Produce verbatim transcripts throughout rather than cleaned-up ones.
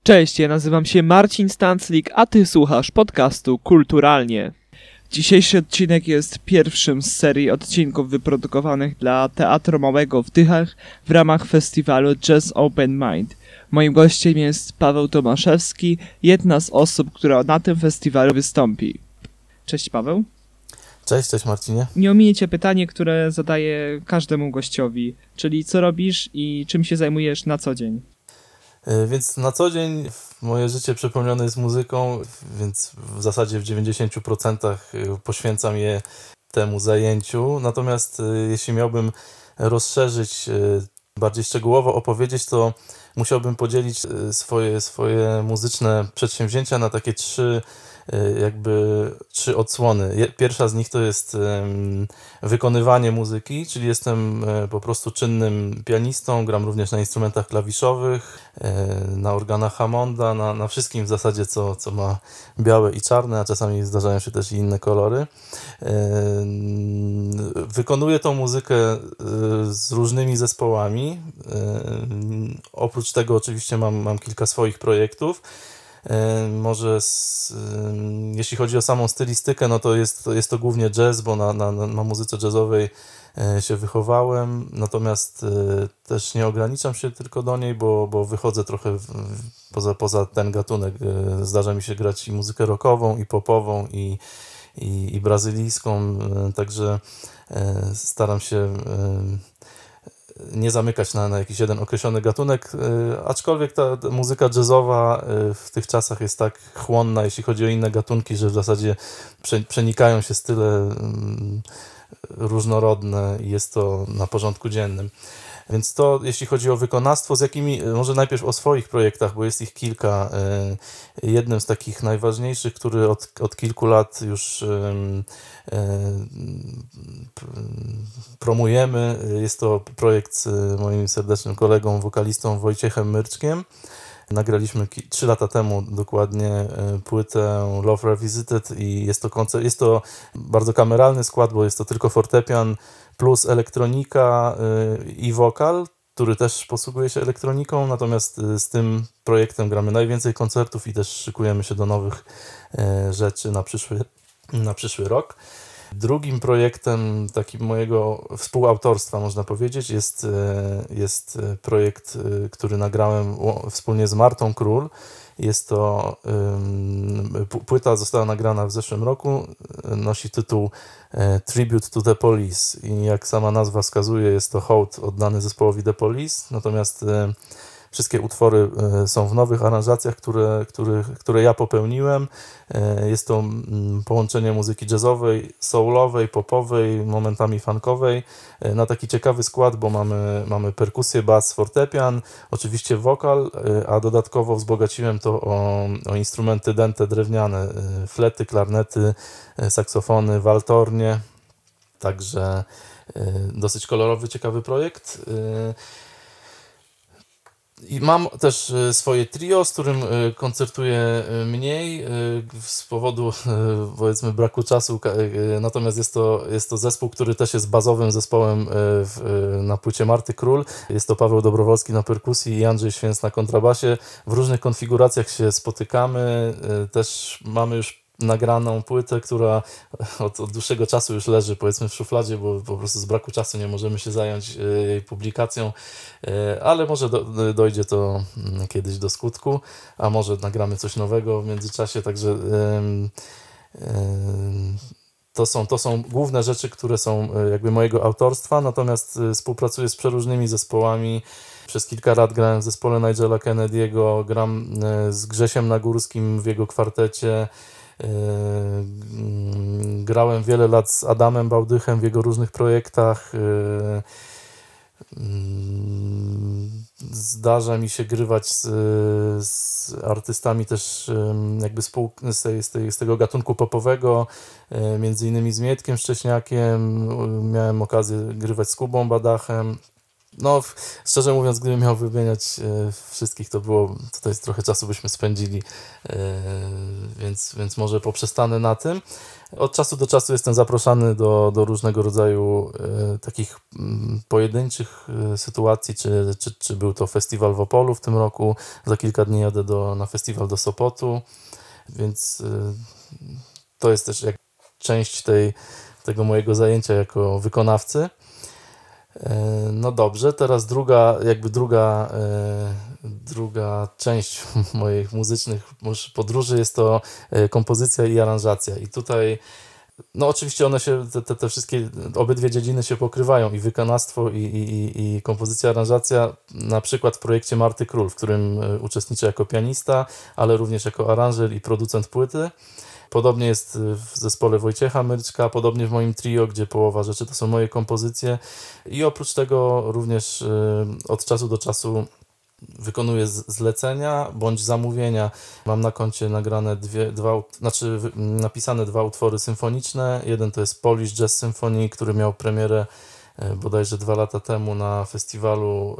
Cześć, ja nazywam się Marcin Stanclik, a ty słuchasz podcastu Kulturalnie. Dzisiejszy odcinek jest pierwszym z serii odcinków wyprodukowanych dla Teatru Małego w Tychach w ramach festiwalu Jazz Open Mind. Moim gościem jest Paweł Tomaszewski, jedna z osób, która na tym festiwalu wystąpi. Cześć Paweł. Cześć, cześć Marcinie. Nie ominie cię pytanie, które zadaję każdemu gościowi, czyli co robisz i czym się zajmujesz na co dzień? Więc na co dzień moje życie przepełnione jest muzyką, więc w zasadzie w dziewięćdziesiąt procent poświęcam je temu zajęciu. Natomiast jeśli miałbym rozszerzyć, bardziej szczegółowo opowiedzieć, to musiałbym podzielić swoje, swoje muzyczne przedsięwzięcia na takie trzy jakby trzy odsłony. Pierwsza z nich to jest wykonywanie muzyki, czyli jestem po prostu czynnym pianistą, gram również na instrumentach klawiszowych, na organach Hammonda, na, na wszystkim w zasadzie, co, co ma białe i czarne, a czasami zdarzają się też i inne kolory. Wykonuję tą muzykę z różnymi zespołami. Oprócz tego oczywiście mam, mam kilka swoich projektów. Może z, jeśli chodzi o samą stylistykę, no to jest, to jest to głównie jazz, bo na, na, na muzyce jazzowej się wychowałem, natomiast też nie ograniczam się tylko do niej, bo, bo wychodzę trochę w, poza, poza ten gatunek. Zdarza mi się grać i muzykę rockową, i popową, i, i, i brazylijską, także staram się nie zamykać na, na jakiś jeden określony gatunek, yy, aczkolwiek ta, ta muzyka jazzowa yy, w tych czasach jest tak chłonna, jeśli chodzi o inne gatunki, że w zasadzie prze, przenikają się style yy, różnorodne i jest to na porządku dziennym. Więc to jeśli chodzi o wykonawstwo, z jakimi, może najpierw o swoich projektach, bo jest ich kilka. Jednym z takich najważniejszych, który od, od kilku lat już promujemy, jest to projekt z moim serdecznym kolegą, wokalistą Wojciechem Myrczkiem. Nagraliśmy trzy lata temu dokładnie płytę Love Revisited i jest to koncert, jest to bardzo kameralny skład, bo jest to tylko fortepian plus elektronika i wokal, który też posługuje się elektroniką, natomiast z tym projektem gramy najwięcej koncertów i też szykujemy się do nowych rzeczy na przyszły, na przyszły rok. Drugim projektem takim mojego współautorstwa, można powiedzieć, jest, jest projekt, który nagrałem wspólnie z Martą Król. Jest to płyta, została nagrana w zeszłym roku, nosi tytuł Tribute to the Police i jak sama nazwa wskazuje, jest to hołd oddany zespołowi The Police, natomiast wszystkie utwory są w nowych aranżacjach, które, które, które ja popełniłem. Jest to połączenie muzyki jazzowej, soulowej, popowej, momentami funkowej na taki ciekawy skład, bo mamy, mamy perkusję, bas, fortepian, oczywiście wokal, a dodatkowo wzbogaciłem to o, o instrumenty dęte drewniane, flety, klarnety, saksofony, waltornie. Także dosyć kolorowy, ciekawy projekt. I mam też swoje trio, z którym koncertuję mniej z powodu, powiedzmy, braku czasu, natomiast jest to, jest to zespół, który też jest bazowym zespołem w, na płycie Marty Król. Jest to Paweł Dobrowolski na perkusji i Andrzej Święc na kontrabasie. W różnych konfiguracjach się spotykamy, też mamy już nagraną płytę, która od, od dłuższego czasu już leży, powiedzmy, w szufladzie, bo po prostu z braku czasu nie możemy się zająć jej publikacją, ale może do, dojdzie to kiedyś do skutku, a może nagramy coś nowego w międzyczasie, także ym, ym, to są, to są główne rzeczy, które są jakby mojego autorstwa, natomiast współpracuję z przeróżnymi zespołami. Przez kilka lat grałem w zespole Nigela Kennedy'ego, gram z Grzesiem Nagórskim w jego kwartecie. Grałem wiele lat z Adamem Bałdychem w jego różnych projektach. Zdarza mi się grywać z, z artystami też jakby z, pół, z, tej, z, tej, z tego gatunku popowego, między innymi z Mietkiem Szcześniakiem. Miałem okazję grywać z Kubą Badachem. No, szczerze mówiąc, gdybym miał wymieniać e, wszystkich, to było, tutaj trochę czasu byśmy spędzili, e, więc, więc może poprzestanę na tym. Od czasu do czasu jestem zaproszony do, do różnego rodzaju e, takich m, pojedynczych e, sytuacji, czy, czy, czy był to festiwal w Opolu w tym roku, za kilka dni jadę do, na festiwal do Sopotu, więc e, to jest też jak część tej, tego mojego zajęcia jako wykonawcy. No dobrze, teraz druga, jakby druga, druga część moich muzycznych podróży jest to kompozycja i aranżacja. I tutaj, no oczywiście one się, te, te wszystkie, obydwie dziedziny się pokrywają, i wykonawstwo, i, i, i kompozycja, aranżacja, na przykład w projekcie Marty Król, w którym uczestniczę jako pianista, ale również jako aranżer i producent płyty. Podobnie jest w zespole Wojciecha Myrczka, podobnie w moim trio, gdzie połowa rzeczy to są moje kompozycje, i oprócz tego również od czasu do czasu wykonuję zlecenia bądź zamówienia. Mam na koncie nagrane dwie, dwa, znaczy napisane dwa utwory symfoniczne. Jeden to jest Polish Jazz Symphony, który miał premierę bodajże dwa lata temu na festiwalu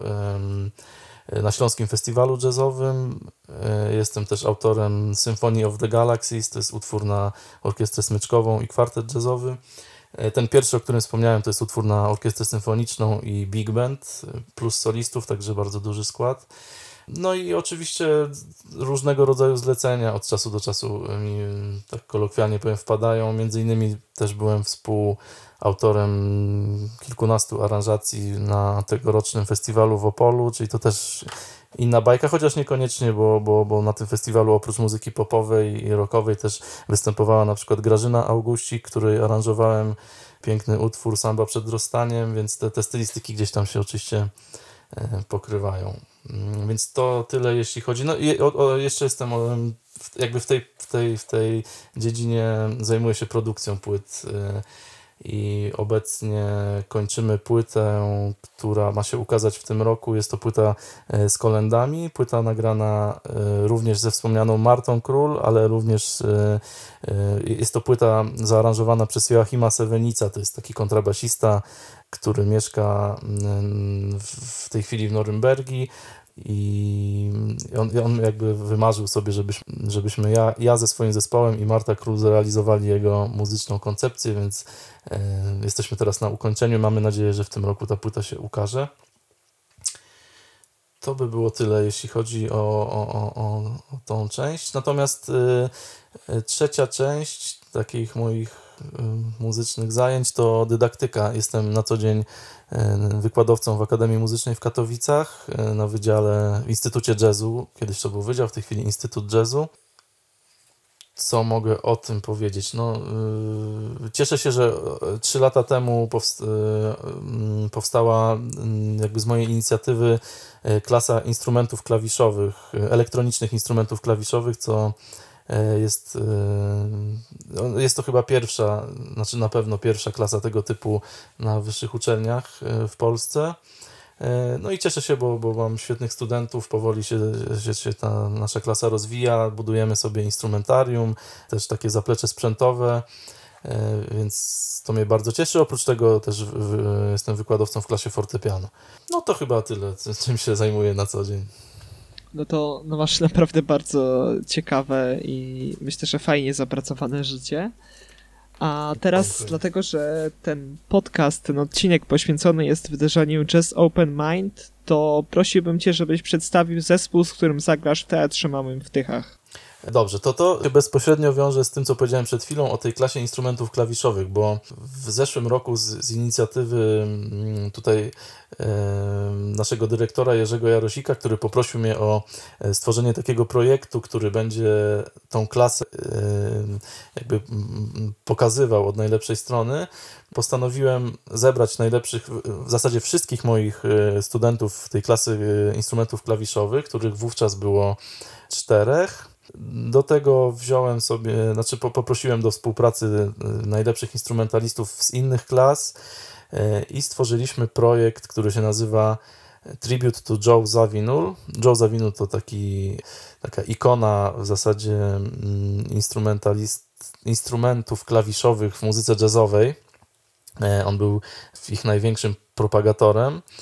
na Śląskim Festiwalu Jazzowym. Jestem też autorem Symphony of the Galaxies, to jest utwór na orkiestrę smyczkową i kwartet jazzowy. Ten pierwszy, o którym wspomniałem, to jest utwór na orkiestrę symfoniczną i big band, plus solistów, także bardzo duży skład. No i oczywiście różnego rodzaju zlecenia od czasu do czasu mi, tak kolokwialnie powiem, wpadają. Między innymi też byłem współautorem kilkunastu aranżacji na tegorocznym festiwalu w Opolu, czyli to też inna bajka, chociaż niekoniecznie, bo, bo, bo na tym festiwalu oprócz muzyki popowej i rockowej też występowała na przykład Grażyna Augustik, której aranżowałem piękny utwór Samba przed rozstaniem, więc te, te stylistyki gdzieś tam się oczywiście pokrywają. Więc to tyle, jeśli chodzi. No i o, o, jeszcze jestem jakby w tej, w, tej, w tej dziedzinie, zajmuję się produkcją płyt i obecnie kończymy płytę, która ma się ukazać w tym roku. Jest to płyta z kolendami, płyta nagrana również ze wspomnianą Martą Król, ale również jest to płyta zaaranżowana przez Joachima Sewenica, to jest taki kontrabasista, który mieszka w tej chwili w Norymbergi, i on, on jakby wymarzył sobie, żebyśmy, żebyśmy ja, ja ze swoim zespołem i Marta Król zrealizowali jego muzyczną koncepcję, więc e, jesteśmy teraz na ukończeniu. Mamy nadzieję, że w tym roku ta płyta się ukaże. To by było tyle, jeśli chodzi o, o, o, o, o tą część. Natomiast e, trzecia część takich moich muzycznych zajęć to dydaktyka. Jestem na co dzień wykładowcą w Akademii Muzycznej w Katowicach na wydziale w Instytucie Jazzu. Kiedyś to był wydział, w tej chwili Instytut Jazzu. Co mogę o tym powiedzieć? No, yy, cieszę się, że trzy lata temu powst- yy, powstała yy, jakby z mojej inicjatywy yy, klasa instrumentów klawiszowych, yy, elektronicznych instrumentów klawiszowych, co Jest, jest to chyba pierwsza, znaczy na pewno pierwsza klasa tego typu na wyższych uczelniach w Polsce. No i cieszę się, bo, bo mam świetnych studentów, powoli się, się, się ta nasza klasa rozwija, budujemy sobie instrumentarium, też takie zaplecze sprzętowe, więc to mnie bardzo cieszy. Oprócz tego też w, w, jestem wykładowcą w klasie fortepianu. No to chyba tyle, czym się zajmuję na co dzień. No to no masz naprawdę bardzo ciekawe i myślę, że fajnie zapracowane życie. A teraz, okay. Dlatego że ten podcast, ten odcinek poświęcony jest wydarzeniu Jazz Open Mind, to prosiłbym Cię, żebyś przedstawił zespół, z którym zagrasz w Teatrze Małym w Tychach. Dobrze, to to bezpośrednio wiąże z tym, co powiedziałem przed chwilą o tej klasie instrumentów klawiszowych, bo w zeszłym roku z, z inicjatywy tutaj e, naszego dyrektora Jerzego Jarosika, który poprosił mnie o stworzenie takiego projektu, który będzie tą klasę e, jakby pokazywał od najlepszej strony, postanowiłem zebrać najlepszych, w zasadzie wszystkich moich studentów tej klasy instrumentów klawiszowych, których wówczas było czterech. Do tego wziąłem sobie, znaczy poprosiłem do współpracy najlepszych instrumentalistów z innych klas i stworzyliśmy projekt, który się nazywa Tribute to Joe Zawinul. Joe Zawinul to taki, taka ikona w zasadzie instrumentalist, instrumentów klawiszowych w muzyce jazzowej. On był ich największym propagatorem.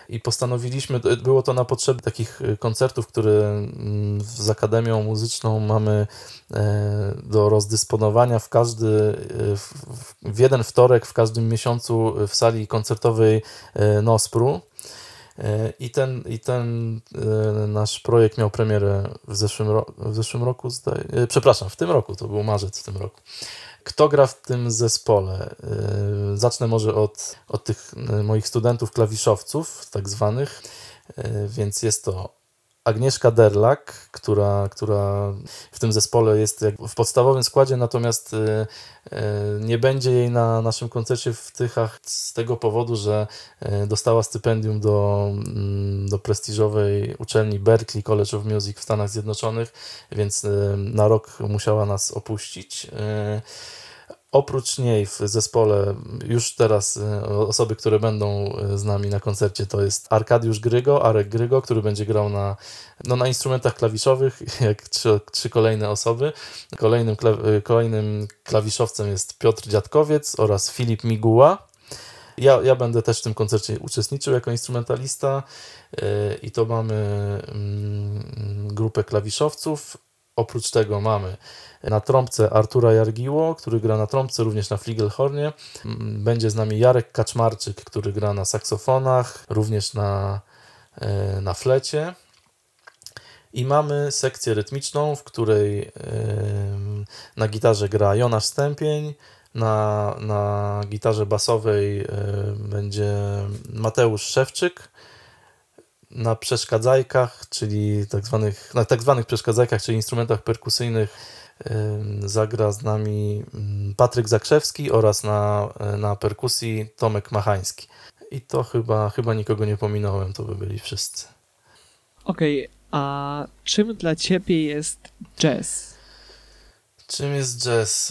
i postanowiliśmy, było to na potrzeby takich koncertów, które z Akademią Muzyczną mamy do rozdysponowania w każdy, w jeden wtorek w każdym miesiącu w sali koncertowej Nospru. I ten, i ten nasz projekt miał premierę w zeszłym, ro- w zeszłym roku, zdaje, przepraszam, w tym roku, to był marzec w tym roku. Kto gra w tym zespole? Zacznę może od, od tych moich studentów klawiszowców, tak zwanych, więc jest to Agnieszka Derlak, która, która w tym zespole jest jak w podstawowym składzie, natomiast nie będzie jej na naszym koncercie w Tychach z tego powodu, że dostała stypendium do, do prestiżowej uczelni Berklee College of Music w Stanach Zjednoczonych, więc na rok musiała nas opuścić. Oprócz niej w zespole już teraz osoby, które będą z nami na koncercie, to jest Arkadiusz Grygo, Arek Grygo, który będzie grał na, no, na instrumentach klawiszowych, jak trzy, trzy kolejne osoby. Kolejnym, kla- kolejnym klawiszowcem jest Piotr Dziadkowiec oraz Filip Miguła. Ja, ja będę też w tym koncercie uczestniczył jako instrumentalista i to mamy grupę klawiszowców. Oprócz tego mamy na trąbce Artura Jargiło, który gra na trąbce, również na fligelhornie. Będzie z nami Jarek Kaczmarczyk, który gra na saksofonach, również na, na flecie. I mamy sekcję rytmiczną, w której na gitarze gra Jonasz Stępień, na, na gitarze basowej będzie Mateusz Szewczyk, na przeszkadzajkach, czyli tak zwanych, na tak zwanych przeszkadzajkach, czyli instrumentach perkusyjnych zagra z nami Patryk Zakrzewski oraz na, na perkusji Tomek Machański. I to chyba, chyba nikogo nie pominąłem, to by byli wszyscy. Okej, okay, a czym dla ciebie jest jazz? Czym jest jazz?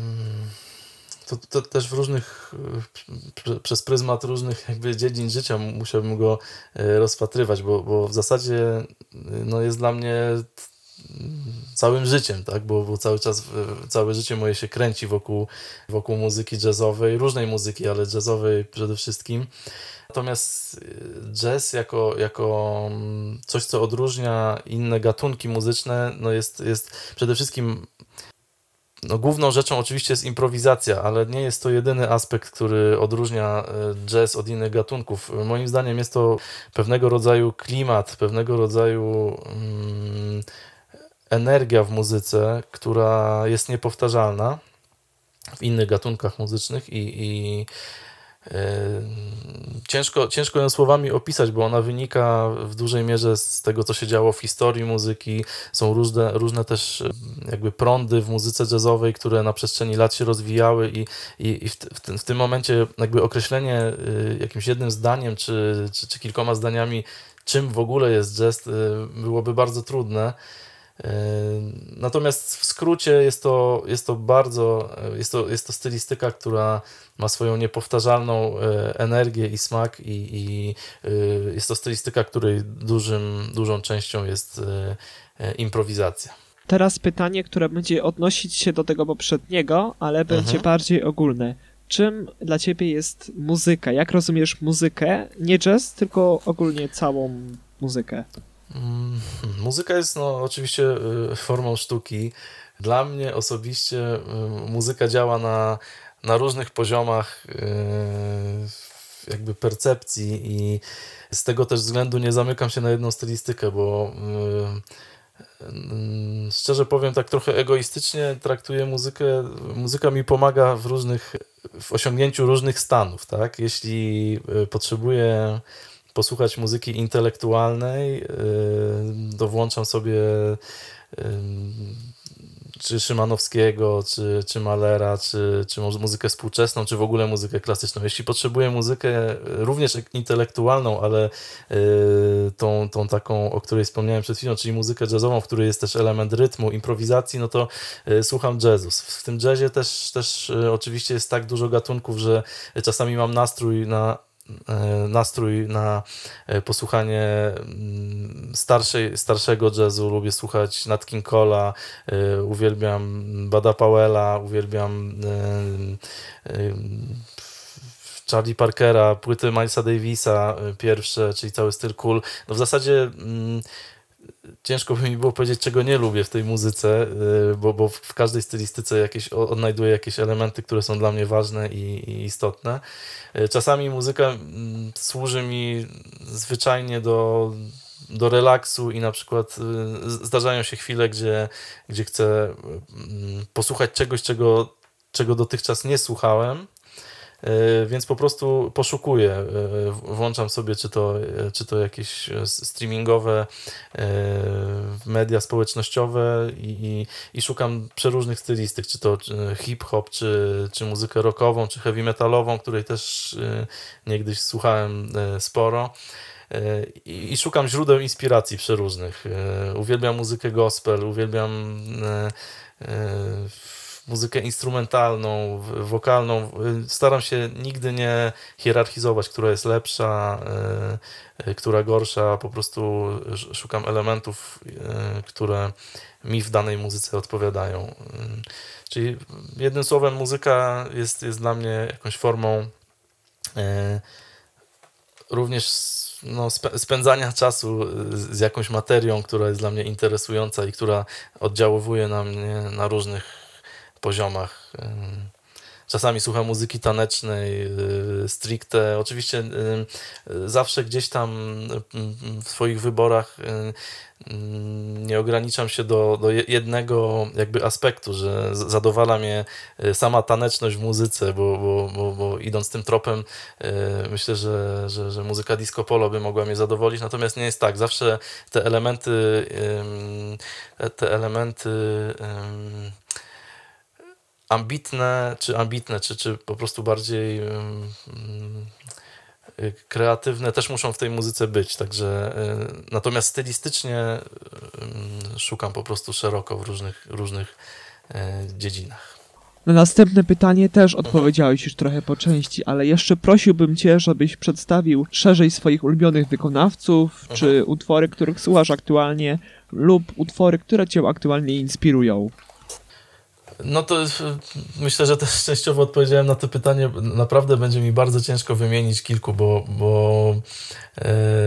To, to też w różnych, przez pryzmat różnych jakby dziedzin życia musiałbym go rozpatrywać, bo, bo w zasadzie no jest dla mnie całym życiem, tak? Bo, bo cały czas, całe życie moje się kręci wokół, wokół muzyki jazzowej, różnej muzyki, ale jazzowej przede wszystkim. Natomiast jazz jako, jako coś, co odróżnia inne gatunki muzyczne, no jest, jest przede wszystkim no, główną rzeczą oczywiście jest improwizacja, ale nie jest to jedyny aspekt, który odróżnia jazz od innych gatunków. Moim zdaniem jest to pewnego rodzaju klimat, pewnego rodzaju mm, energia w muzyce, która jest niepowtarzalna w innych gatunkach muzycznych i, i yy, ciężko, ciężko ją słowami opisać, bo ona wynika w dużej mierze z tego, co się działo w historii muzyki. Są różne, różne też jakby prądy w muzyce jazzowej, które na przestrzeni lat się rozwijały i, i, i w, w, tym, w tym momencie jakby określenie yy, jakimś jednym zdaniem czy, czy, czy kilkoma zdaniami, czym w ogóle jest jazz, yy, byłoby bardzo trudne. Natomiast w skrócie jest to, jest to bardzo, jest to, jest to stylistyka, która ma swoją niepowtarzalną energię i smak i, i jest to stylistyka, której dużym, dużą częścią jest improwizacja. Teraz pytanie, które będzie odnosić się do tego poprzedniego, ale będzie mhm. bardziej ogólne. Czym dla ciebie jest muzyka? Jak rozumiesz muzykę? Nie jazz, tylko ogólnie całą muzykę. Muzyka jest no, oczywiście formą sztuki. Dla mnie osobiście muzyka działa na, na różnych poziomach jakby percepcji i z tego też względu nie zamykam się na jedną stylistykę, bo szczerze powiem, tak trochę egoistycznie traktuję muzykę. Muzyka mi pomaga w różnych, w osiągnięciu różnych stanów, tak? Jeśli potrzebuję posłuchać muzyki intelektualnej, to włączam sobie czy Szymanowskiego, czy, czy Mahlera, czy, czy muzykę współczesną, czy w ogóle muzykę klasyczną. Jeśli potrzebuję muzykę również intelektualną, ale tą, tą taką, o której wspomniałem przed chwilą, czyli muzykę jazzową, w której jest też element rytmu, improwizacji, no to słucham jazzu. W tym jazzie też, też oczywiście jest tak dużo gatunków, że czasami mam nastrój na nastrój na posłuchanie starszej, starszego jazzu. Lubię słuchać Nat King Cole'a, uwielbiam Bada Powella, uwielbiam Charlie Parkera, płyty Milesa Davisa pierwsze, czyli cały styl cool. No w zasadzie mm, ciężko by mi było powiedzieć, czego nie lubię w tej muzyce, bo, bo w każdej stylistyce jakieś, odnajduję jakieś elementy, które są dla mnie ważne i, i istotne. Czasami muzyka służy mi zwyczajnie do, do relaksu i na przykład zdarzają się chwile, gdzie, gdzie chcę posłuchać czegoś, czego, czego dotychczas nie słuchałem. Więc po prostu poszukuję, włączam sobie czy to, czy to jakieś streamingowe media społecznościowe i, i, i szukam przeróżnych stylistyk, czy to hip-hop, czy, czy muzykę rockową, czy heavy metalową, której też niegdyś słuchałem sporo. I, i szukam źródeł inspiracji przeróżnych. Uwielbiam muzykę gospel, uwielbiam muzykę instrumentalną, wokalną. Staram się nigdy nie hierarchizować, która jest lepsza, yy, która gorsza. Po prostu szukam elementów, yy, które mi w danej muzyce odpowiadają. Yy, czyli jednym słowem muzyka jest, jest dla mnie jakąś formą yy, również no, spędzania czasu z jakąś materią, która jest dla mnie interesująca i która oddziałuje na mnie na różnych poziomach. Czasami słucham muzyki tanecznej, stricte. Oczywiście zawsze gdzieś tam w swoich wyborach nie ograniczam się do, do jednego jakby aspektu, że zadowala mnie sama taneczność w muzyce, bo, bo, bo, bo idąc tym tropem myślę, że, że, że muzyka disco polo by mogła mnie zadowolić, natomiast nie jest tak. Zawsze te elementy te elementy ambitne, czy ambitne, czy, czy po prostu bardziej um, kreatywne też muszą w tej muzyce być, także y, natomiast stylistycznie y, szukam po prostu szeroko w różnych, różnych y, dziedzinach. Na następne pytanie też odpowiedziałeś już trochę po części, ale jeszcze prosiłbym Cię, żebyś przedstawił szerzej swoich ulubionych wykonawców, uh-huh. czy utwory, których słuchasz aktualnie, lub utwory, które Cię aktualnie inspirują. No to myślę, że też częściowo odpowiedziałem na to pytanie. Naprawdę będzie mi bardzo ciężko wymienić kilku, bo, bo yy,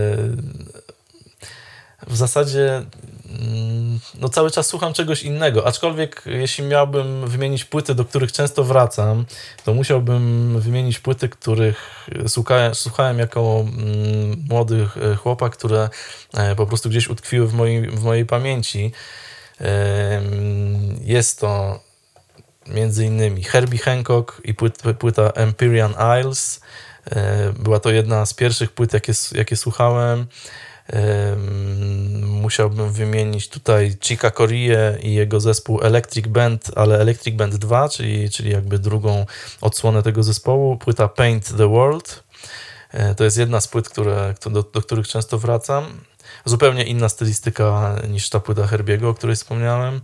w zasadzie yy, no cały czas słucham czegoś innego, aczkolwiek jeśli miałbym wymienić płyty, do których często wracam, to musiałbym wymienić płyty, których słuchałem, słuchałem jako yy, młody chłopak, które yy, po prostu gdzieś utkwiły w mojej, w mojej pamięci. Yy, jest to między innymi Herbie Hancock i płyta, płyta Empyrean Isles. Była to jedna z pierwszych płyt, jakie, jakie słuchałem. Musiałbym wymienić tutaj Chica Corea i jego zespół Electric Band, ale Electric Band dwa, czyli, czyli jakby drugą odsłonę tego zespołu. Płyta Paint the World. To jest jedna z płyt, które, do, do których często wracam. Zupełnie inna stylistyka niż ta płyta Herbiego, o której wspomniałem.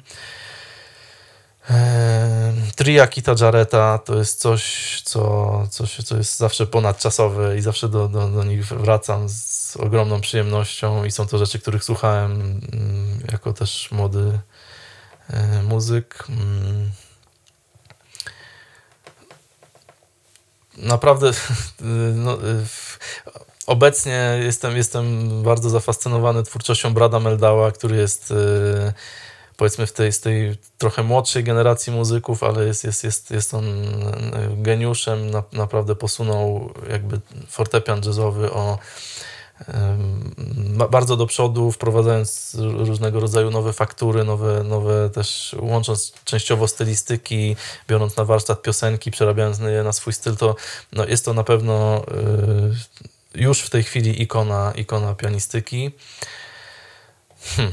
Tria Keitha Jarretta to jest coś, co, coś, co jest zawsze ponadczasowe i zawsze do, do, do nich wracam z ogromną przyjemnością i są to rzeczy, których słuchałem jako też młody muzyk. Naprawdę no, obecnie jestem, jestem bardzo zafascynowany twórczością Brada Meldaua, który jest powiedzmy w tej, z tej trochę młodszej generacji muzyków, ale jest, jest, jest, jest on geniuszem, na, naprawdę posunął jakby fortepian jazzowy o um, bardzo do przodu, wprowadzając różnego rodzaju nowe faktury, nowe, nowe też łącząc częściowo stylistyki, biorąc na warsztat piosenki, przerabiając je na swój styl, to no, jest to na pewno y, już w tej chwili ikona, ikona pianistyki. Hmm.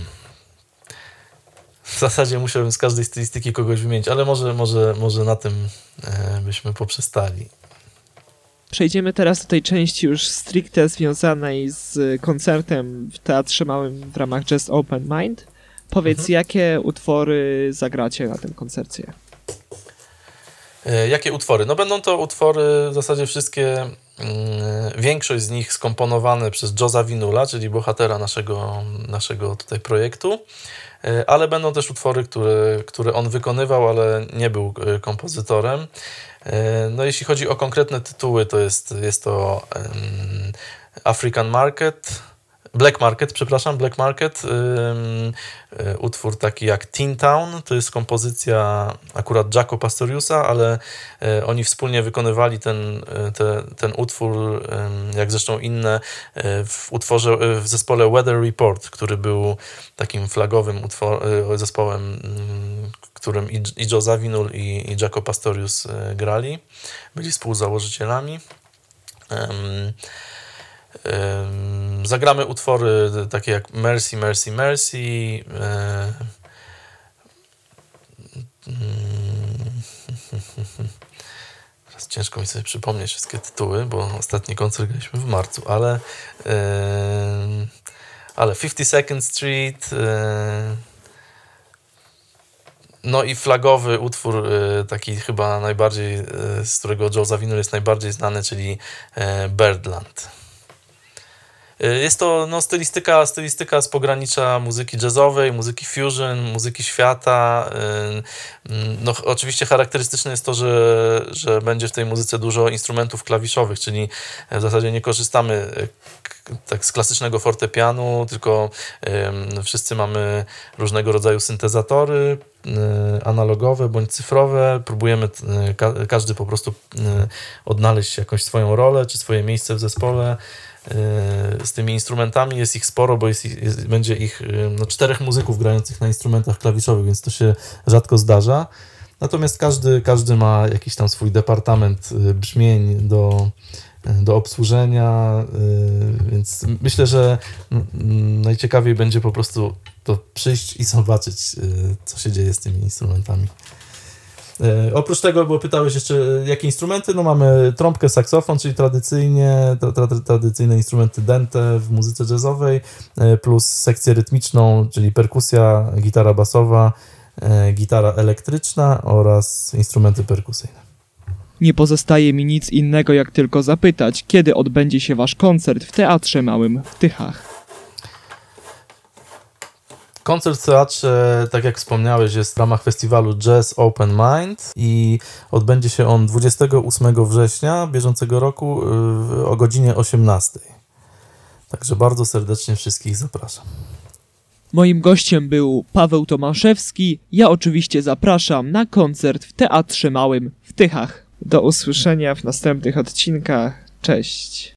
W zasadzie musiałbym z każdej stylistyki kogoś wymienić, ale może, może, może na tym e, byśmy poprzestali. Przejdziemy teraz do tej części już stricte związanej z koncertem w Teatrze Małym w ramach Jazz Open Mind. Powiedz, mhm. jakie utwory zagracie na tym koncercie? E, jakie utwory? No będą to utwory w zasadzie wszystkie, mm, większość z nich skomponowane przez Joe'a Winula, czyli bohatera naszego, naszego tutaj projektu. ale będą też utwory, które, które on wykonywał, ale nie był kompozytorem. No jeśli chodzi o konkretne tytuły, to jest, jest to um, African Market, Black Market, przepraszam, Black Market, um, utwór taki jak Teen Town, to jest kompozycja akurat Jaco Pastoriusa, ale um, oni wspólnie wykonywali ten, te, ten utwór, um, jak zresztą inne, w utworze, w zespole Weather Report, który był takim flagowym utwor, zespołem, um, którym i, i Joe Zawinul i, i Jaco Pastorius grali, byli współzałożycielami. Um, um, zagramy utwory takie jak Mercy, Mercy, Mercy. Um, teraz ciężko mi sobie przypomnieć wszystkie tytuły, bo ostatni koncert graliśmy w marcu, ale um, ale fifty-second Street, um, no i flagowy utwór, taki chyba najbardziej, z którego Joe Zawinul jest najbardziej znany, czyli Birdland. Jest to no, stylistyka, stylistyka z pogranicza muzyki jazzowej, muzyki fusion, muzyki świata. No, oczywiście charakterystyczne jest to, że, że będzie w tej muzyce dużo instrumentów klawiszowych, czyli w zasadzie nie korzystamy tak z klasycznego fortepianu, tylko um, wszyscy mamy różnego rodzaju syntezatory analogowe bądź cyfrowe. Próbujemy ka- każdy po prostu odnaleźć jakąś swoją rolę czy swoje miejsce w zespole. Z tymi instrumentami jest ich sporo, bo jest, jest, będzie ich no, czterech muzyków grających na instrumentach klawiszowych, więc to się rzadko zdarza. Natomiast każdy, każdy ma jakiś tam swój departament brzmień do, do obsłużenia, więc myślę, że najciekawiej będzie po prostu to przyjść i zobaczyć, co się dzieje z tymi instrumentami. E, oprócz tego, bo pytałeś jeszcze, jakie instrumenty, no mamy trąbkę, saksofon, czyli tradycyjnie, tra, tra, tradycyjne instrumenty dęte w muzyce jazzowej, e, plus sekcję rytmiczną, czyli perkusja, gitara basowa, e, gitara elektryczna oraz instrumenty perkusyjne. Nie pozostaje mi nic innego, jak tylko zapytać, kiedy odbędzie się wasz koncert w Teatrze Małym w Tychach. Koncert w teatrze, tak jak wspomniałeś, jest w ramach festiwalu Jazz Open Mind i odbędzie się on dwudziestego ósmego września bieżącego roku o godzinie osiemnastej. Także bardzo serdecznie wszystkich zapraszam. Moim gościem był Paweł Tomaszewski. Ja oczywiście zapraszam na koncert w Teatrze Małym w Tychach. Do usłyszenia w następnych odcinkach. Cześć.